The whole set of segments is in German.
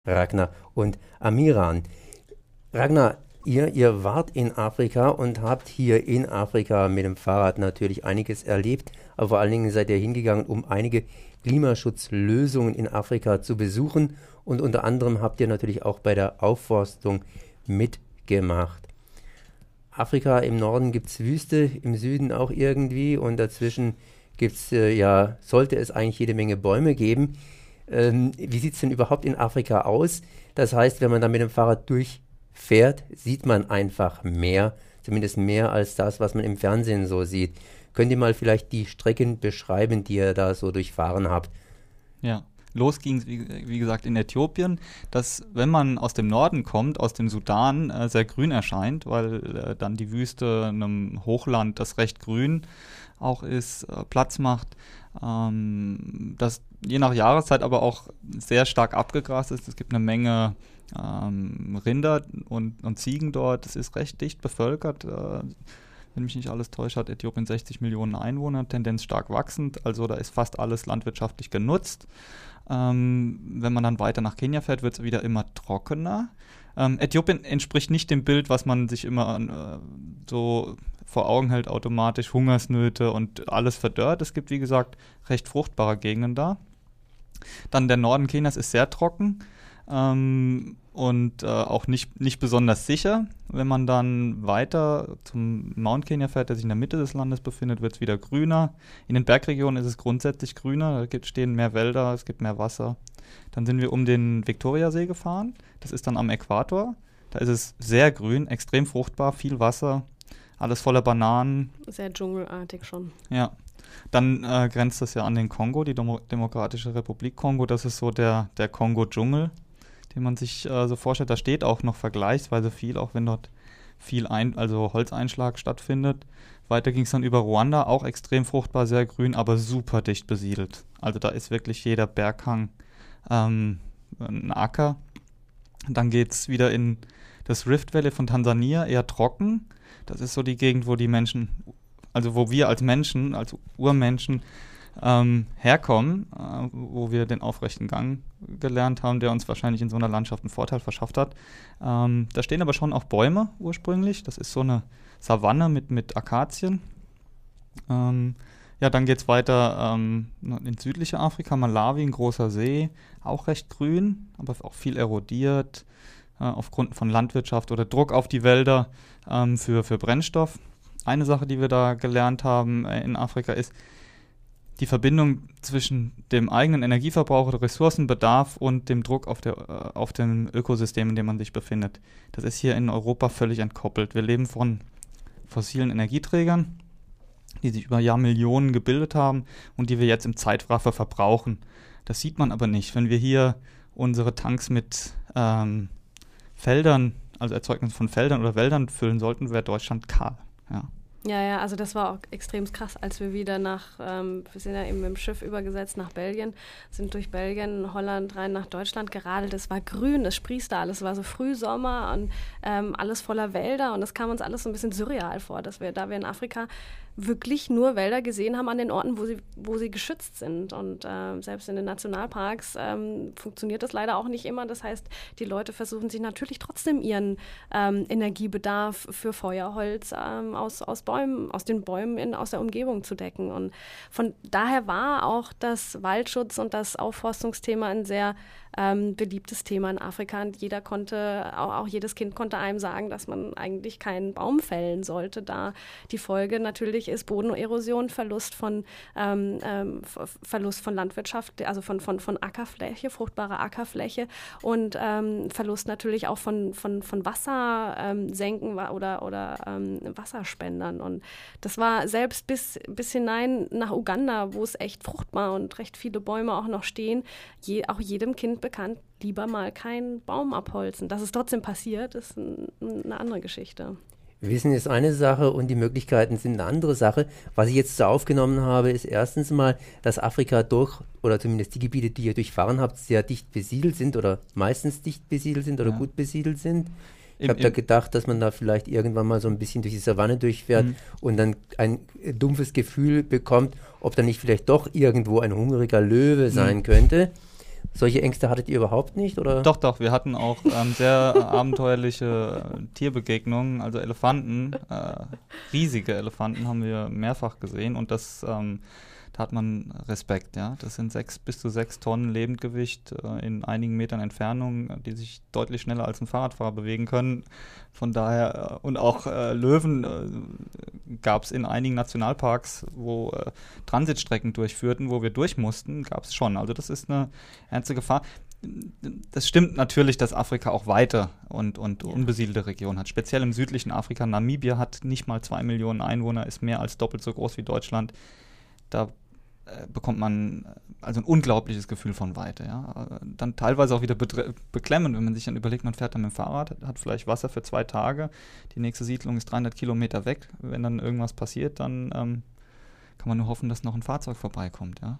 Ragnar und Amiran. Ragnar, ihr wart in Afrika und habt hier in Afrika mit dem Fahrrad natürlich einiges erlebt, aber vor allen Dingen seid ihr hingegangen, um einige Klimaschutzlösungen in Afrika zu besuchen und unter anderem habt ihr natürlich auch bei der Aufforstung mitgemacht. Afrika im Norden gibt es Wüste, im Süden auch irgendwie und dazwischen gibt's sollte es eigentlich jede Menge Bäume geben. Wie sieht es denn überhaupt in Afrika aus? Das heißt, wenn man da mit dem Fahrrad durchfährt, sieht man einfach mehr, zumindest mehr als das, was man im Fernsehen so sieht. Könnt ihr mal vielleicht die Strecken beschreiben, die ihr da so durchfahren habt? Ja, los ging es, wie gesagt, in Äthiopien, dass, wenn man aus dem Norden kommt, aus dem Sudan, sehr grün erscheint, weil dann die Wüste einem Hochland, das recht grün auch ist, Platz macht. Das je nach Jahreszeit aber auch sehr stark abgegrast ist. Es gibt eine Menge Rinder und Ziegen dort. Es ist recht dicht bevölkert. Wenn mich nicht alles täuscht, hat Äthiopien 60 Millionen Einwohner, Tendenz stark wachsend. Also da ist fast alles landwirtschaftlich genutzt. Wenn man dann weiter nach Kenia fährt, wird es wieder immer trockener. Äthiopien entspricht nicht dem Bild, was man sich immer so vor Augen hält, automatisch Hungersnöte und alles verdörrt. Es gibt, wie gesagt, recht fruchtbare Gegenden da. Dann der Norden Kenias ist sehr trocken und auch nicht besonders sicher. Wenn man dann weiter zum Mount Kenya fährt, der sich in der Mitte des Landes befindet, wird es wieder grüner. In den Bergregionen ist es grundsätzlich grüner, da stehen mehr Wälder, es gibt mehr Wasser. Dann sind wir um den Viktoriasee gefahren, das ist dann am Äquator. Da ist es sehr grün, extrem fruchtbar, viel Wasser, alles voller Bananen. Sehr dschungelartig schon. Ja. Dann grenzt das ja an den Kongo, die Demokratische Republik Kongo. Das ist so der Kongo-Dschungel, den man sich so vorstellt. Da steht auch noch vergleichsweise viel, auch wenn dort viel Holzeinschlag stattfindet. Weiter ging es dann über Ruanda, auch extrem fruchtbar, sehr grün, aber super dicht besiedelt. Also da ist wirklich jeder Berghang ein Acker. Dann geht es wieder in das Rift Valley von Tansania, eher trocken. Das ist so die Gegend, wo die Menschen, also wo wir als Menschen, als Urmenschen herkommen, wo wir den aufrechten Gang gelernt haben, der uns wahrscheinlich in so einer Landschaft einen Vorteil verschafft hat. Da stehen aber schon auch Bäume ursprünglich. Das ist so eine Savanne mit Akazien. Dann geht es weiter ins südliche Afrika, Malawi, ein großer See, auch recht grün, aber auch viel erodiert aufgrund von Landwirtschaft oder Druck auf die Wälder für Brennstoff. Eine Sache, die wir da gelernt haben in Afrika, ist die Verbindung zwischen dem eigenen Energieverbrauch oder Ressourcenbedarf und dem Druck auf dem Ökosystem, in dem man sich befindet. Das ist hier in Europa völlig entkoppelt. Wir leben von fossilen Energieträgern, die sich über Jahrmillionen gebildet haben und die wir jetzt im Zeitraffer verbrauchen. Das sieht man aber nicht. Wenn wir hier unsere Tanks mit Feldern, also Erzeugnis von Feldern oder Wäldern füllen sollten, wäre Deutschland kahl. Ja. Ja, also das war auch extrem krass, als wir wieder wir sind ja eben mit dem Schiff übergesetzt nach Belgien, sind durch Belgien, Holland rein nach Deutschland geradelt. Es war grün, es sprießte alles, es war so Frühsommer und alles voller Wälder und es kam uns alles so ein bisschen surreal vor, da wir in Afrika wirklich nur Wälder gesehen haben an den Orten, wo sie geschützt sind. Und selbst in den Nationalparks funktioniert das leider auch nicht immer. Das heißt, die Leute versuchen sich natürlich trotzdem ihren Energiebedarf für Feuerholz aus den Bäumen aus der Umgebung zu decken. Und von daher war auch das Waldschutz und das Aufforstungsthema ein sehr beliebtes Thema in Afrika. Und auch jedes Kind konnte einem sagen, dass man eigentlich keinen Baum fällen sollte, da die Folge natürlich ist Bodenerosion, Verlust von Landwirtschaft, also von Ackerfläche, fruchtbarer Ackerfläche und Verlust natürlich auch von Wassersenken oder Wasserspendern. Und das war selbst bis hinein nach Uganda, wo es echt fruchtbar und recht viele Bäume auch noch stehen, auch jedem Kind bekannt, lieber mal keinen Baum abholzen. Dass es trotzdem passiert, ist eine andere Geschichte. Wissen ist eine Sache und die Möglichkeiten sind eine andere Sache. Was ich jetzt so aufgenommen habe, ist erstens mal, dass Afrika oder zumindest die Gebiete, die ihr durchfahren habt, sehr dicht besiedelt sind oder meistens dicht besiedelt sind oder gut besiedelt sind. Ich habe da gedacht, dass man da vielleicht irgendwann mal so ein bisschen durch die Savanne durchfährt und dann ein dumpfes Gefühl bekommt, ob da nicht vielleicht doch irgendwo ein hungriger Löwe sein könnte. Solche Ängste hattet ihr überhaupt nicht, oder? Doch, wir hatten auch sehr abenteuerliche Tierbegegnungen, also Elefanten, riesige Elefanten haben wir mehrfach gesehen und da hat man Respekt, ja. Das sind bis zu 6 Tonnen Lebendgewicht in einigen Metern Entfernung, die sich deutlich schneller als ein Fahrradfahrer bewegen können. Von daher, und auch Löwen gab es in einigen Nationalparks, wo Transitstrecken durchführten, wo wir durch mussten, gab es schon. Also das ist eine ernste Gefahr. Das stimmt natürlich, dass Afrika auch weite und unbesiedelte Regionen hat. Speziell im südlichen Afrika. Namibia hat nicht mal 2 Millionen Einwohner, ist mehr als doppelt so groß wie Deutschland. Da bekommt man also ein unglaubliches Gefühl von Weite. Ja. Dann teilweise auch wieder beklemmend, wenn man sich dann überlegt, man fährt dann mit dem Fahrrad, hat vielleicht Wasser für 2 Tage, die nächste Siedlung ist 300 Kilometer weg. Wenn dann irgendwas passiert, dann kann man nur hoffen, dass noch ein Fahrzeug vorbeikommt. Ja.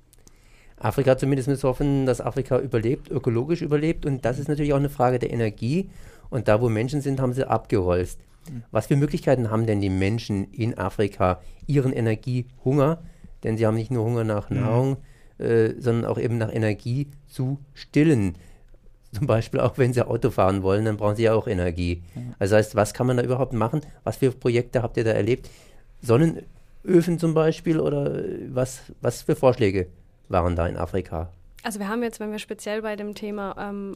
Afrika zumindest müssen wir hoffen, dass Afrika überlebt, ökologisch überlebt, und das ist natürlich auch eine Frage der Energie, und da, wo Menschen sind, haben sie abgeholzt. Was für Möglichkeiten haben denn die Menschen in Afrika, ihren Energiehunger, denn sie haben nicht nur Hunger nach Nahrung, sondern auch eben nach Energie zu stillen. Zum Beispiel auch, wenn sie Auto fahren wollen, dann brauchen sie ja auch Energie. Also heißt, was kann man da überhaupt machen? Was für Projekte habt ihr da erlebt? Sonnenöfen zum Beispiel, oder was für Vorschläge waren da in Afrika? Also wir haben jetzt, wenn wir speziell bei dem Thema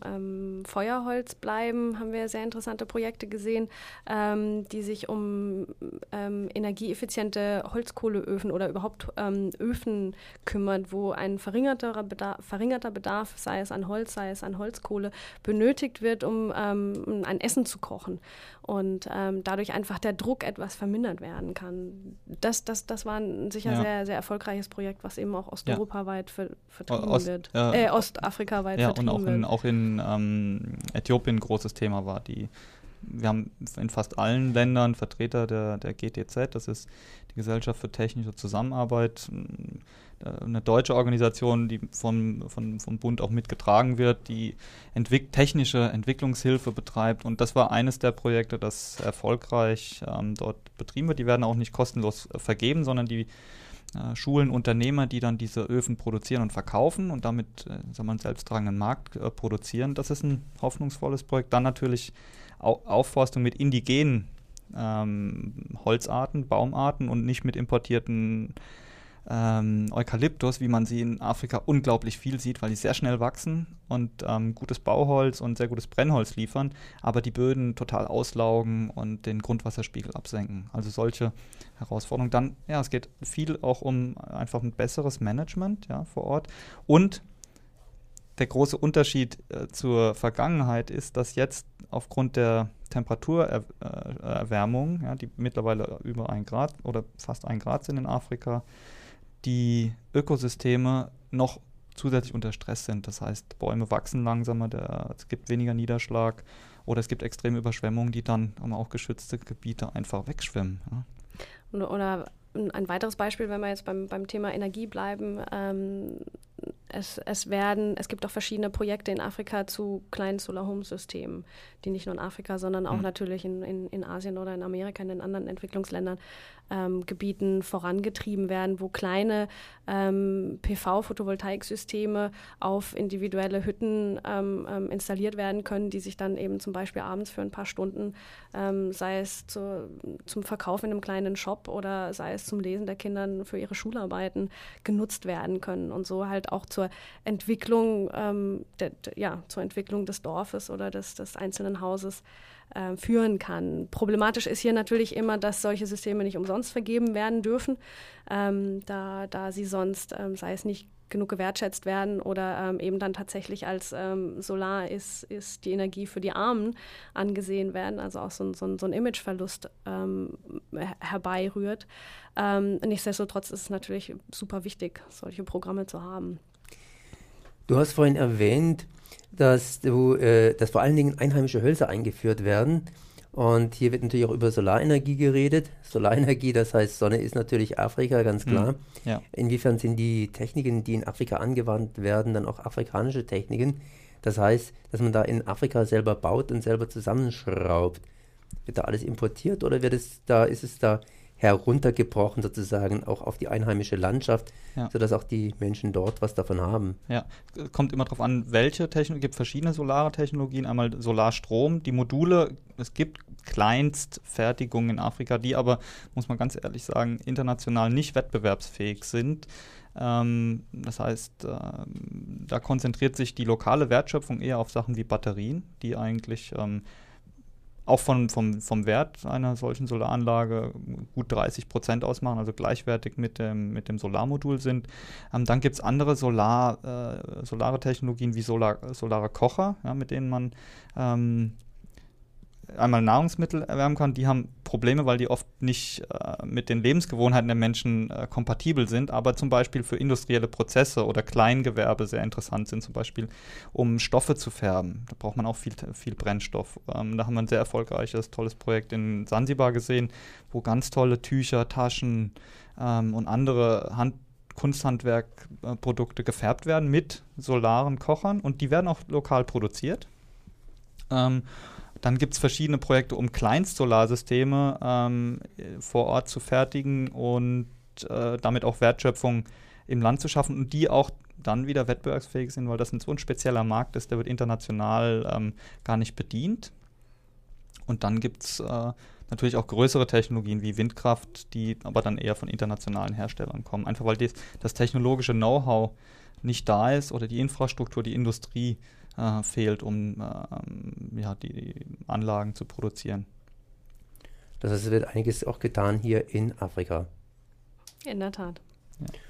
Feuerholz bleiben, haben wir sehr interessante Projekte gesehen, die sich um energieeffiziente Holzkohleöfen oder überhaupt Öfen kümmern, wo ein verringerter Bedarf, sei es an Holz, sei es an Holzkohle, benötigt wird, um ein Essen zu kochen. Und dadurch einfach der Druck etwas vermindert werden kann. Das war ein sicher sehr, sehr erfolgreiches Projekt, was eben auch osteuropaweit vertrieben wird. Ostafrikaweit vertrieben wird. Und auch in Äthiopien ein großes Thema war. Wir haben in fast allen Ländern Vertreter der GTZ, das ist die Gesellschaft für technische Zusammenarbeit, eine deutsche Organisation, die vom Bund auch mitgetragen wird, die technische Entwicklungshilfe betreibt, und das war eines der Projekte, das erfolgreich dort betrieben wird. Die werden auch nicht kostenlos vergeben, sondern die Schulen, Unternehmer, die dann diese Öfen produzieren und verkaufen und damit einen selbsttragenden Markt produzieren. Das ist ein hoffnungsvolles Projekt. Dann natürlich Aufforstung mit indigenen Holzarten, Baumarten und nicht mit importierten Eukalyptus, wie man sie in Afrika unglaublich viel sieht, weil die sehr schnell wachsen und gutes Bauholz und sehr gutes Brennholz liefern, aber die Böden total auslaugen und den Grundwasserspiegel absenken. Also solche Herausforderungen. Dann, es geht viel auch um einfach ein besseres Management vor Ort. Und der große Unterschied zur Vergangenheit ist, dass jetzt aufgrund der Temperaturerwärmung, die mittlerweile über 1 Grad oder fast 1 Grad sind in Afrika, die Ökosysteme noch zusätzlich unter Stress sind. Das heißt, Bäume wachsen langsamer, es gibt weniger Niederschlag oder es gibt extreme Überschwemmungen, die dann auch geschützte Gebiete einfach wegschwimmen. Ja. Oder ein weiteres Beispiel, wenn wir jetzt beim Thema Energie bleiben, es gibt auch verschiedene Projekte in Afrika zu kleinen Solar-Home-Systemen, die nicht nur in Afrika, sondern auch natürlich in Asien oder in Amerika, in den anderen Entwicklungsländern, Gebieten vorangetrieben werden, wo kleine PV-Photovoltaiksysteme auf individuelle Hütten installiert werden können, die sich dann eben zum Beispiel abends für ein paar Stunden, sei es zum Verkauf in einem kleinen Shop oder sei es zum Lesen der Kindern für ihre Schularbeiten, genutzt werden können und so halt auch zur Entwicklung, zur Entwicklung des Dorfes oder des einzelnen Hauses führen kann. Problematisch ist hier natürlich immer, dass solche Systeme nicht umsonst vergeben werden dürfen, da sie sonst, sei es nicht genug gewertschätzt werden oder eben dann tatsächlich als Solar ist die Energie für die Armen angesehen werden, also auch so ein Imageverlust herbeirührt. Nichtsdestotrotz ist es natürlich super wichtig, solche Programme zu haben. Du hast vorhin erwähnt, dass vor allen Dingen einheimische Hölzer eingeführt werden. Und hier wird natürlich auch über Solarenergie geredet. Solarenergie, das heißt, Sonne ist natürlich Afrika, ganz klar. Ja. Inwiefern sind die Techniken, die in Afrika angewandt werden, dann auch afrikanische Techniken? Das heißt, dass man da in Afrika selber baut und selber zusammenschraubt. Wird da alles importiert oder ist es da heruntergebrochen sozusagen auch auf die einheimische Landschaft, sodass auch die Menschen dort was davon haben. Ja, kommt immer darauf an, welche Technologie. Es gibt verschiedene solare Technologien, einmal Solarstrom, die Module, es gibt Kleinstfertigungen in Afrika, die aber, muss man ganz ehrlich sagen, international nicht wettbewerbsfähig sind. Das heißt, da konzentriert sich die lokale Wertschöpfung eher auf Sachen wie Batterien, die eigentlich auch vom Wert einer solchen Solaranlage gut 30% ausmachen, also gleichwertig mit dem Solarmodul sind. Dann gibt es andere solare Technologien wie solare Kocher, mit denen man einmal Nahrungsmittel erwärmen kann. Die haben Probleme, weil die oft nicht mit den Lebensgewohnheiten der Menschen kompatibel sind, aber zum Beispiel für industrielle Prozesse oder Kleingewerbe sehr interessant sind, zum Beispiel um Stoffe zu färben. Da braucht man auch viel Brennstoff. Da haben wir ein sehr erfolgreiches, tolles Projekt in Sansibar gesehen, wo ganz tolle Tücher, Taschen und andere Kunsthandwerkprodukte gefärbt werden mit solaren Kochern und die werden auch lokal produziert. Dann gibt es verschiedene Projekte, um Kleinstsolarsysteme vor Ort zu fertigen und damit auch Wertschöpfung im Land zu schaffen und die auch dann wieder wettbewerbsfähig sind, weil das so ein spezieller Markt ist, der wird international gar nicht bedient. Und dann gibt es natürlich auch größere Technologien wie Windkraft, die aber dann eher von internationalen Herstellern kommen, einfach weil das technologische Know-how nicht da ist oder die Infrastruktur, die Industrie fehlt, um die Anlagen zu produzieren. Das heißt, es wird einiges auch getan hier in Afrika. In der Tat. Ja.